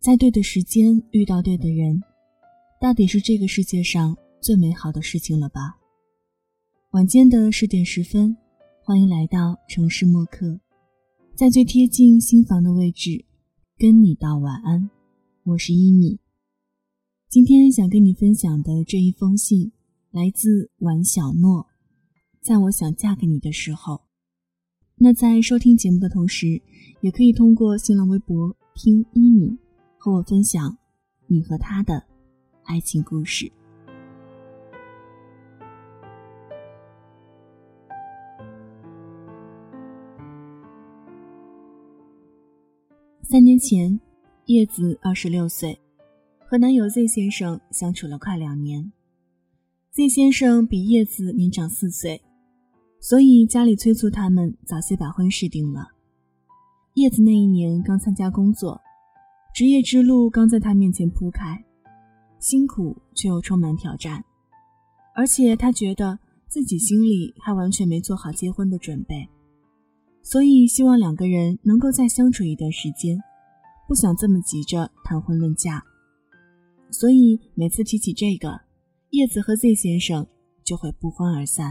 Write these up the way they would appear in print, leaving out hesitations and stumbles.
在对的时间遇到对的人，大抵是这个世界上最美好的事情了吧。晚间的10点10分，欢迎来到城市默客，在最贴近心房的位置跟你道晚安。我是一米。今天想跟你分享的这一封信来自婉小诺，在我想嫁给你的时候。那在收听节目的同时，也可以通过新浪微博听一米和我分享你和他的爱情故事。3年前，叶子26岁，和男友 Z 先生相处了快2年。Z 先生比叶子年长4岁，所以家里催促他们早些把婚事定了。叶子那一年刚参加工作，职业之路刚在他面前铺开，辛苦却又充满挑战，而且他觉得自己心里还完全没做好结婚的准备，所以希望2个人能够再相处一段时间，不想这么急着谈婚论嫁。所以每次提起这个，叶子和 Z 先生就会不欢而散。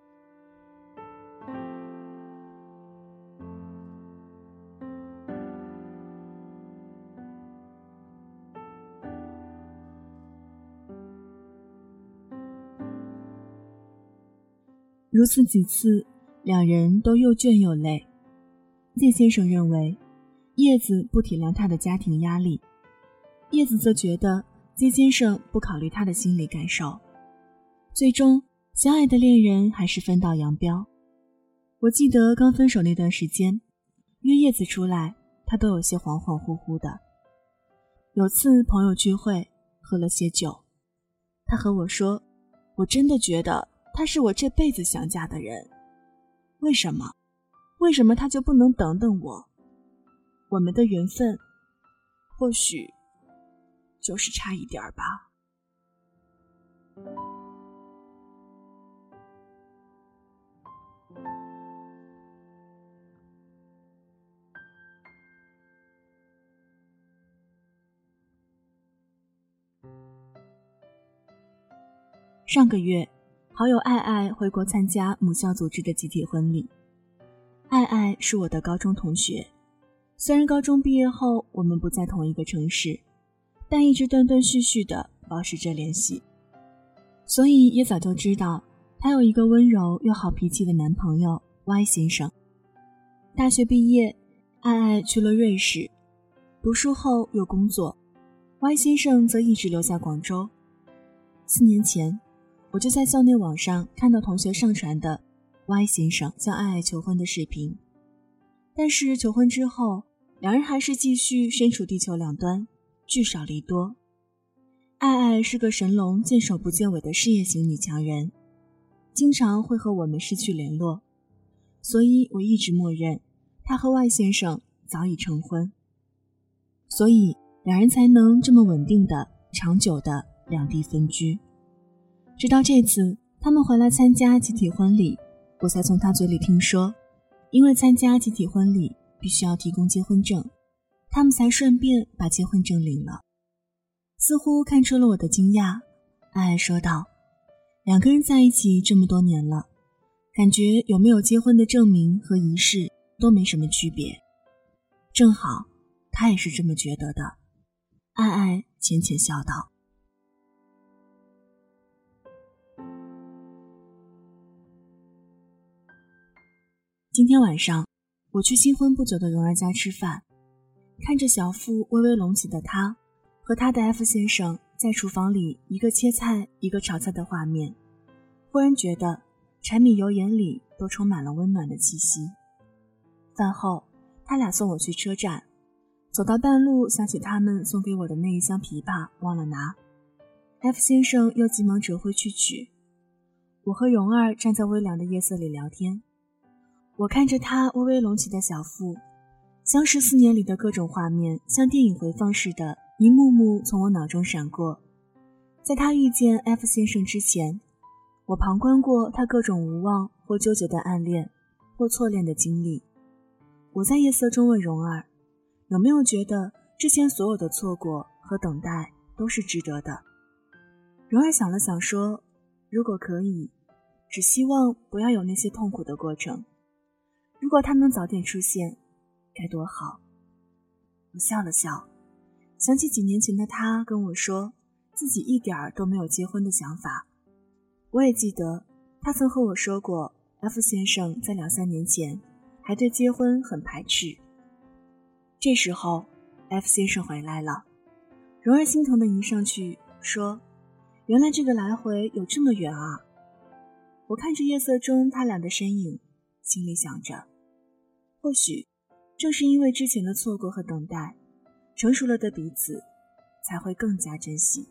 如此几次，2人都又倦又累。Z 先生认为叶子不体谅他的家庭压力，叶子则觉得 Z 先生不考虑他的心理感受。最终相爱的恋人还是分道扬镳。我记得刚分手那段时间，约叶子出来，他都有些恍恍惚惚的。有次朋友聚会，喝了些酒，他和我说，我真的觉得他是我这辈子想嫁的人。为什么他就不能等等我？我们的缘分或许就是差一点吧。上个月，好友爱爱回国参加母校组织的集体婚礼。爱爱是我的高中同学，虽然高中毕业后我们不在同一个城市，但一直断断续续地保持着联系，所以也早就知道她有一个温柔又好脾气的男朋友 Y 先生。大学毕业，爱爱去了瑞士，读书后又工作， Y 先生则一直留在广州。4年前，我就在校内网上看到同学上传的 Y 先生向爱爱求婚的视频，但是求婚之后，2人还是继续身处地球两端，聚少离多。爱爱是个神龙见首不见尾的事业型女强人，经常会和我们失去联络，所以我一直默认她和 Y 先生早已成婚，所以2人才能这么稳定的长久的两地分居。直到这次他们回来参加集体婚礼，我才从他嘴里听说，因为参加集体婚礼必须要提供结婚证，他们才顺便把结婚证领了。似乎看出了我的惊讶，爱爱说道，2个人在一起这么多年了，感觉有没有结婚的证明和仪式都没什么区别。正好他也是这么觉得的。爱爱浅浅笑道。今天晚上我去新婚不久的蓉儿家吃饭，看着小腹微微隆起的她和她的 F 先生在厨房里一个切菜一个炒菜的画面，忽然觉得柴米油盐里都充满了温暖的气息。饭后他俩送我去车站，走到半路想起他们送给我的那一箱枇杷忘了拿， F 先生又急忙折回去取。我和蓉儿站在微凉的夜色里聊天，我看着她微微隆起的小腹，相识4年里的各种画面像电影回放似的一幕幕从我脑中闪过。在她遇见 F 先生之前，我旁观过她各种无望或纠结的暗恋或错恋的经历。我在夜色中问蓉儿，有没有觉得之前所有的错过和等待都是值得的。蓉儿想了想说，如果可以，只希望不要有那些痛苦的过程，如果它能早点出现，该多好。我笑了笑，想起几年前的他跟我说自己一点儿都没有结婚的想法。我也记得他曾和我说过 F 先生在2-3年前还对结婚很排斥。这时候 F 先生回来了，蓉儿心疼地迎上去说，原来这个来回有这么远啊。我看着夜色中他俩的身影，心里想着，或许正是因为之前的错过和等待，成熟了的彼此才会更加珍惜。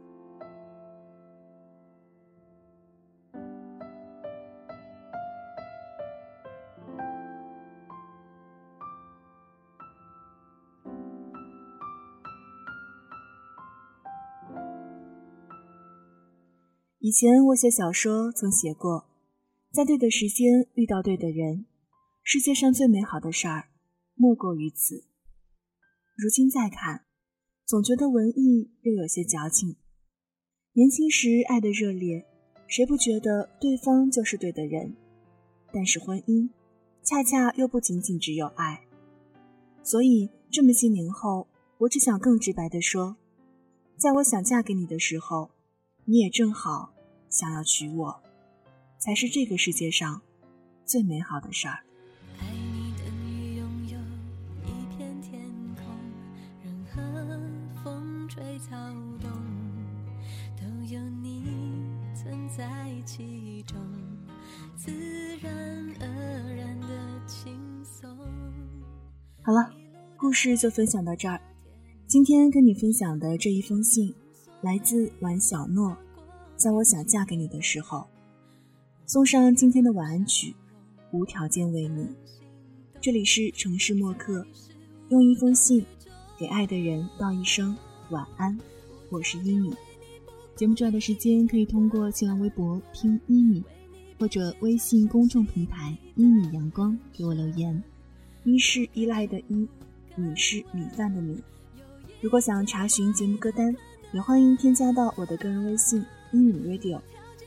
以前我写小说曾写过，在对的时间遇到对的人，世界上最美好的事儿莫过于此。如今再看，总觉得文艺又有些矫情。年轻时爱得热烈，谁不觉得对方就是对的人？但是婚姻恰恰又不仅仅只有爱。所以这么些年后，我只想更直白地说，在我想嫁给你的时候，你也正好想要娶我，才是这个世界上最美好的事儿。 爱你等于拥有一片天空，任何风吹草动，都有你存在其中，自然而然的轻松。 好了，故事就分享到这儿。今天跟你分享的这一封信来自晚小诺，在我想嫁给你的时候，送上今天的晚安曲，无条件为你。这里是城市默客，用一封信给爱的人道一声晚安。我是一米。节目之外的时间可以通过新浪微博听一米，或者微信公众平台一米阳光给我留言。一是依赖的一，米是米饭的米。如果想查询节目歌单，也欢迎添加到我的个人微信一米 radio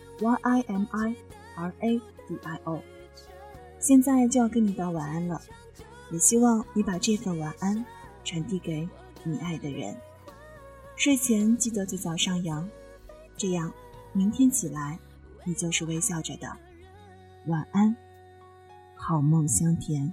YIMIRADIO。 现在就要跟你道晚安了，也希望你把这份晚安传递给你爱的人。睡前记得嘴角上扬，这样明天起来你就是微笑着的。晚安，好梦香甜。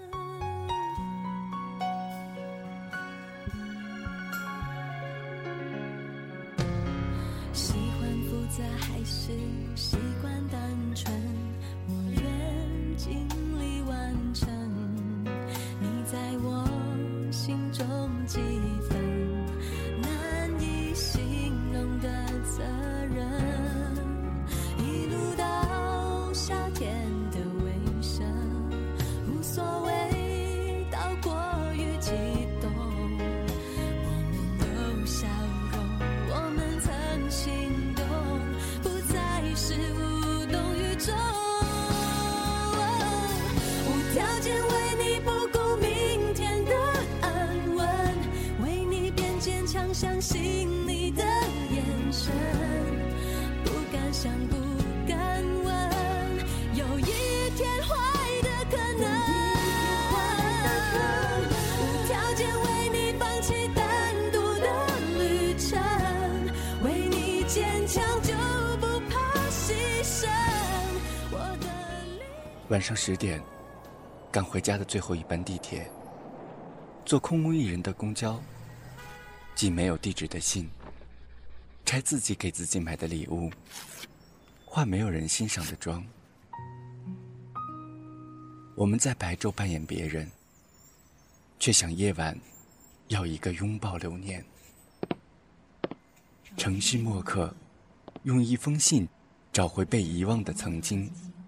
喜欢复杂还是习惯单纯，我愿尽力完成你在我心中几分难以形容的责任，一路到夏天的尾声，无所谓倒过于激动，我们都笑容，我们曾心动，不再是无动于衷，无条件为你不顾明天的安稳，为你变坚强，相信你的眼神，不敢想不敢问，有一天坏的可能，无条件为你放弃单独的旅程，为你坚强就不怕牺牲，我的晚上10点赶回家的最后一班地铁，坐空无一人的公交，寄没有地址的信，拆自己给自己买的礼物，化没有人欣赏的妆。我们在白昼扮演别人，却想夜晚要一个拥抱留念。城市默客，用一封信找回被遗忘的曾经。